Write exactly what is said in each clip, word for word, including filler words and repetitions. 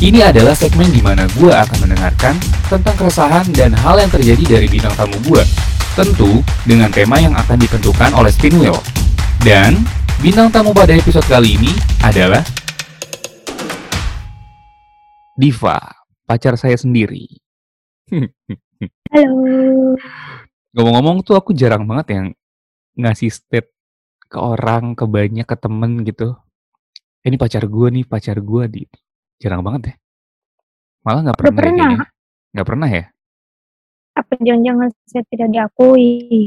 Ini adalah segmen di mana gue akan mendengarkan tentang keresahan dan hal yang terjadi dari bintang tamu gue. Tentu dengan tema yang akan ditentukan oleh Spinwheel. Dan bintang tamu pada episode kali ini adalah Diva, pacar saya sendiri. Halo. Ngomong-ngomong tuh aku jarang banget yang ngasih state ke orang, ke banyak, ke temen gitu. Eh, ini pacar gue nih, pacar gue di. Jarang banget ya. Malah gak Udah pernah deh pernah? kayaknya. Gak pernah ya? Apa jangan-jangan saya tidak diakui?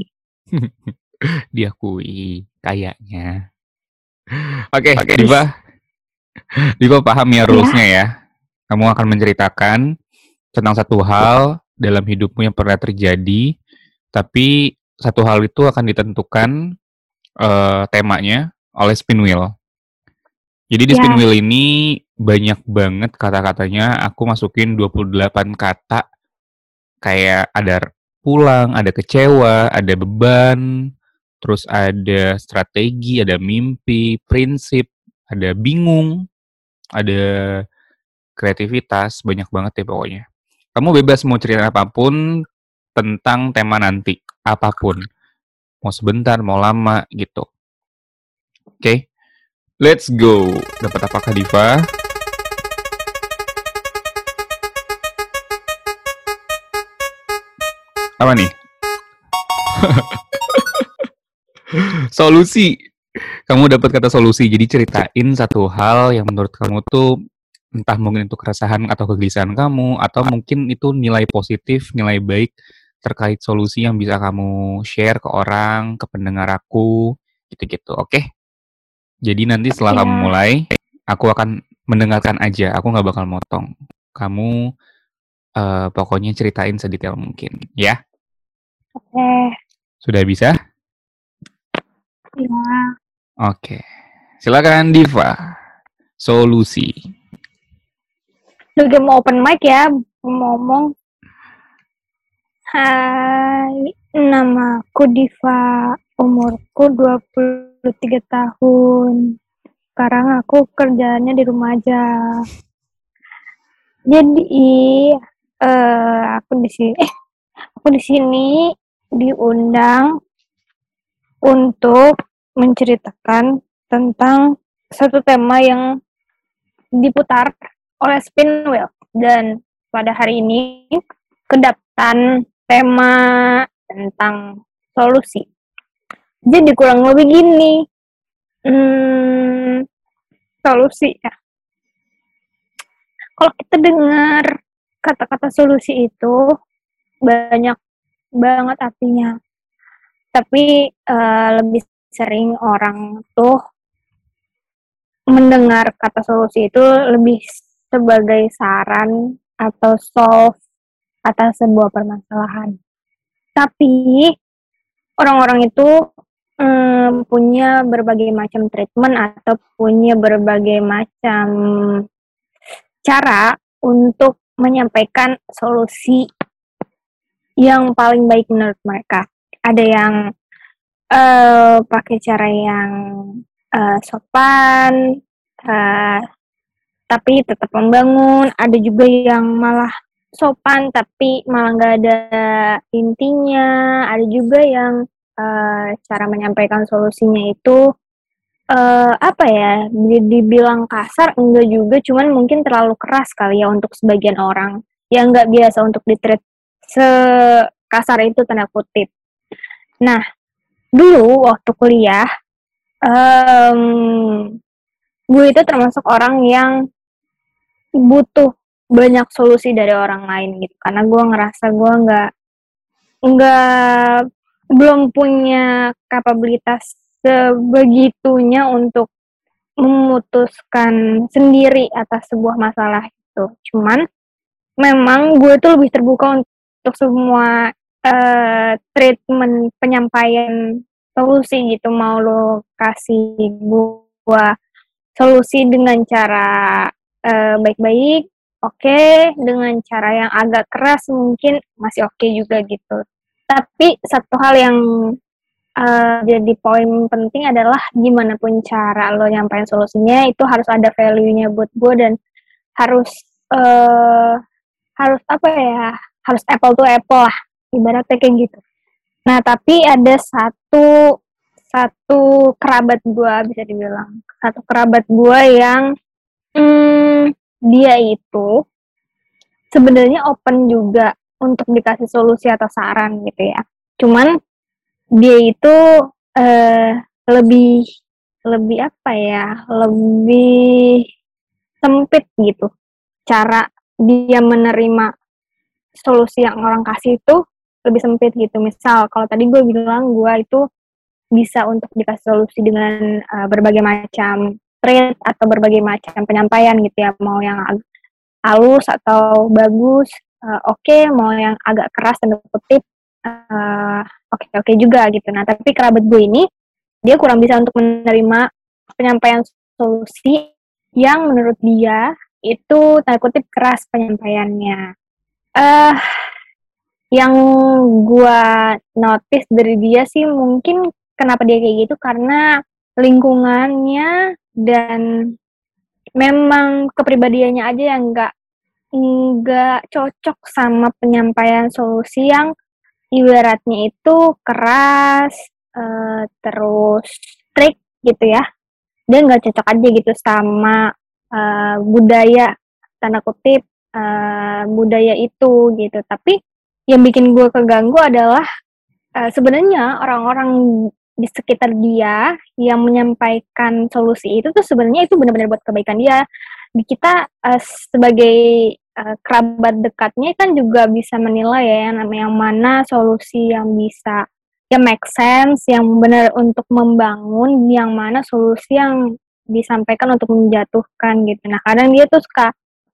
Diakui, kayaknya. Oke, Oke, Diva. Diva paham ya Ya, rules-nya ya. Kamu akan menceritakan tentang satu hal dalam hidupmu yang pernah terjadi, tapi satu hal itu akan ditentukan eh, temanya oleh Spinwheel. Jadi di ya, Spinwheel ini banyak banget kata-katanya. Aku masukin dua puluh delapan kata. Kayak ada pulang, ada kecewa, ada beban, terus ada strategi, ada mimpi, prinsip, ada bingung, ada kreativitas, banyak banget ya pokoknya. Kamu bebas mau cerita apapun tentang tema nanti, apapun. Mau sebentar, mau lama, gitu. Oke, let's go. Dapat apakah Diva? Apa nih? Solusi. Kamu dapat kata solusi, jadi ceritain satu hal yang menurut kamu tuh entah mungkin itu keresahan atau kegelisahan kamu, atau mungkin itu nilai positif, nilai baik terkait solusi yang bisa kamu share ke orang, ke pendengar aku, gitu-gitu. Oke? Jadi nanti setelah kamu ya. mulai, aku akan mendengarkan aja, aku nggak bakal motong. Kamu eh, pokoknya ceritain sedetail mungkin, ya? Oke, Sudah bisa? ya. Oke. Silakan Diva. Solusi. Udah mau open mic ya, ngomong. Hai, namaku Diva. Umurku dua puluh tiga tahun. Sekarang aku kerjaannya di rumah aja. Jadi, eh aku di sini, eh, aku di sini diundang untuk menceritakan tentang satu tema yang diputar oleh Spinwheel. Dan pada hari ini kedapatan tema tentang solusi. Jadi kurang lebih gini, hmm, solusi ya. Kalau kita dengar kata-kata solusi itu banyak banget artinya. Tapi uh, lebih sering orang tuh mendengar kata solusi itu lebih sebagai saran atau solve atas sebuah permasalahan. Tapi orang-orang itu um, punya berbagai macam treatment atau punya berbagai macam cara untuk menyampaikan solusi yang paling baik menurut mereka. Ada yang uh, pakai cara yang uh, sopan, uh, tapi tetap membangun. Ada juga yang malah sopan tapi malah nggak ada intinya. Ada juga yang uh, cara menyampaikan solusinya itu uh, apa ya, dibilang kasar enggak juga, cuman mungkin terlalu keras kali ya untuk sebagian orang yang nggak biasa untuk ditreat sekasar itu, tanda kutip. Nah, dulu waktu kuliah, um, gue itu termasuk orang yang butuh banyak solusi dari orang lain gitu, karena gue ngerasa gue nggak nggak belum punya kapabilitas sebegitunya untuk memutuskan sendiri atas sebuah masalah itu. Cuman memang gue tuh lebih terbuka untuk semua uh, treatment penyampaian solusi gitu. Mau lo kasih gue solusi dengan cara uh, baik-baik, oke, okay. Dengan cara yang agak keras mungkin masih oke okay juga gitu. Tapi satu hal yang uh, jadi poin penting adalah gimana pun cara lo nyampein solusinya itu harus ada value-nya buat gue, dan harus eee, harus apa ya, harus apple to apple lah, ibaratnya kayak gitu. Nah, tapi ada satu satu kerabat gua bisa dibilang, satu kerabat gua yang, mmm, dia itu sebenarnya open juga untuk dikasih solusi atau saran gitu ya. Cuman dia itu, eee, lebih lebih apa ya, lebih sempit gitu cara dia menerima solusi yang orang kasih itu lebih sempit gitu. Misal kalau tadi gue bilang gua itu bisa untuk dikasih solusi dengan, eee, berbagai macam trait atau berbagai macam penyampaian gitu ya, mau yang ag halus atau bagus, eee, oke, mau yang agak keras tanda kutip, eee, oke-oke juga gitu. Nah, tapi kerabat gue ini, dia kurang bisa untuk menerima penyampaian solusi yang menurut dia itu tanda kutip keras penyampaiannya. Eh, yang gua notice dari dia sih mungkin kenapa dia kayak gitu karena lingkungannya dan memang kepribadiannya aja yang nggak nggak cocok sama penyampaian solusi yang ibaratnya itu keras, eee, terus strict gitu ya. Dia nggak cocok aja gitu sama, eee, budaya tanda kutip, eee, budaya itu gitu. Tapi yang bikin gue keganggu adalah, eee, sebenarnya orang-orang di sekitar dia yang menyampaikan solusi itu tuh sebenarnya itu benar-benar buat kebaikan dia. Di kita, eee, sebagai, eee, kerabat dekatnya kan juga bisa menilai ya yang nama yang mana solusi yang bisa yang make sense, yang benar untuk membangun, yang mana solusi yang disampaikan untuk menjatuhkan gitu. Nah, kadang dia tuh suka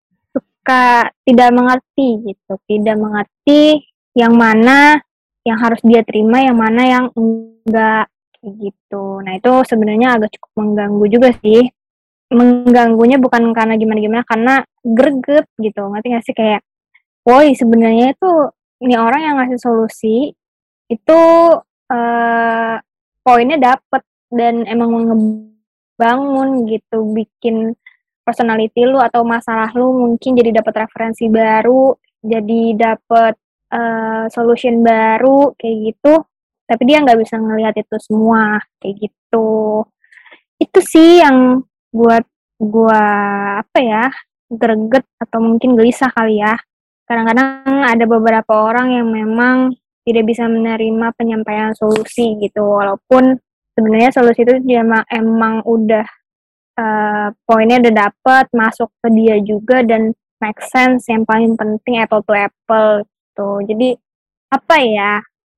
suka tidak mengerti gitu, tidak mengerti yang mana yang harus dia terima, yang mana yang enggak, kayak gitu. Nah, itu sebenarnya agak cukup mengganggu juga sih. Mengganggunya bukan karena gimana-gimana, karena greget gitu, ngerti nggak sih? Kayak, woi sebenarnya itu ini orang yang ngasih solusi itu, eee, poinnya dapet dan emang ngebangun gitu, bikin personality lu atau masalah lu mungkin jadi dapat referensi baru, jadi dapat, eee, solution baru kayak gitu, tapi dia nggak bisa ngelihat itu semua, kayak gitu. Itu sih yang buat gua, apa ya, greget atau mungkin gelisah kali ya. Kadang-kadang ada beberapa orang yang memang tidak bisa menerima penyampaian solusi gitu, walaupun sebenarnya solusi itu dia emang emang udah, eee, poinnya udah dapet, masuk ke dia juga dan make sense, yang paling penting apple to apple gitu. Jadi, apa ya,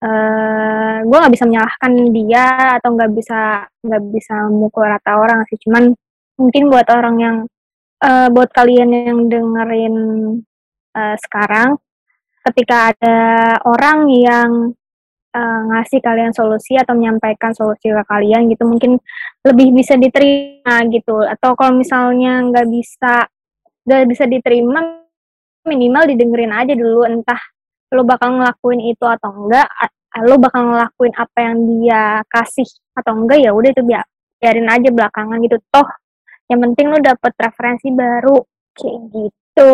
eee, gue nggak bisa menyalahkan dia atau nggak bisa nggak bisa memukul rata orang sih, cuman mungkin buat orang yang eee, buat kalian yang dengerin, eee, sekarang, ketika ada orang yang, eee, ngasih kalian solusi atau menyampaikan solusi ke kalian gitu, mungkin lebih bisa diterima gitu, atau kalau misalnya nggak bisa nggak bisa diterima, minimal didengerin aja dulu, entah lu bakal ngelakuin itu atau enggak, a lu bakal ngelakuin apa yang dia kasih atau enggak, ya udah itu bia biarin aja belakangan gitu, toh yang penting lu dapet referensi baru, kayak gitu.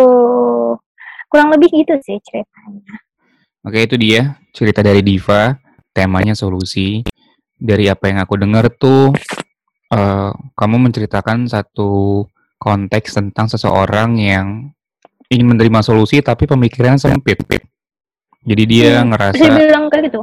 Kurang lebih gitu sih ceritanya. Oke, itu dia cerita dari Diva, temanya solusi. Dari apa yang aku dengar tuh, uh, kamu menceritakan satu konteks tentang seseorang yang ingin menerima solusi tapi pemikirannya sempit. Jadi dia Hmm, bisa ngerasa, dibilang kayak gitu.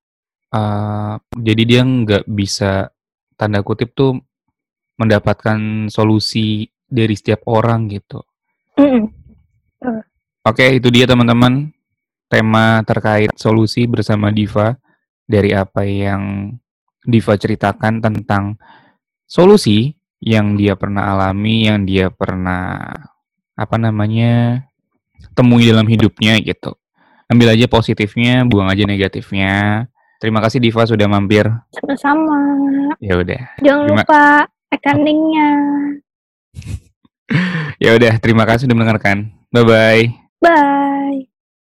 uh, jadi dia nggak bisa tanda kutip tuh mendapatkan solusi dari setiap orang gitu. Mhm, betul. Oke, itu dia teman-teman, tema terkait solusi bersama Diva. Dari apa yang Diva ceritakan tentang solusi yang dia pernah alami, yang dia pernah apa namanya temui dalam hidupnya gitu. Ambil aja positifnya, buang aja negatifnya. Terima kasih Diva sudah mampir. Sama-sama. Ya udah. Jangan Terima lupa rekeningnya. Ya udah, terima kasih sudah mendengarkan. Bye bye. Bye.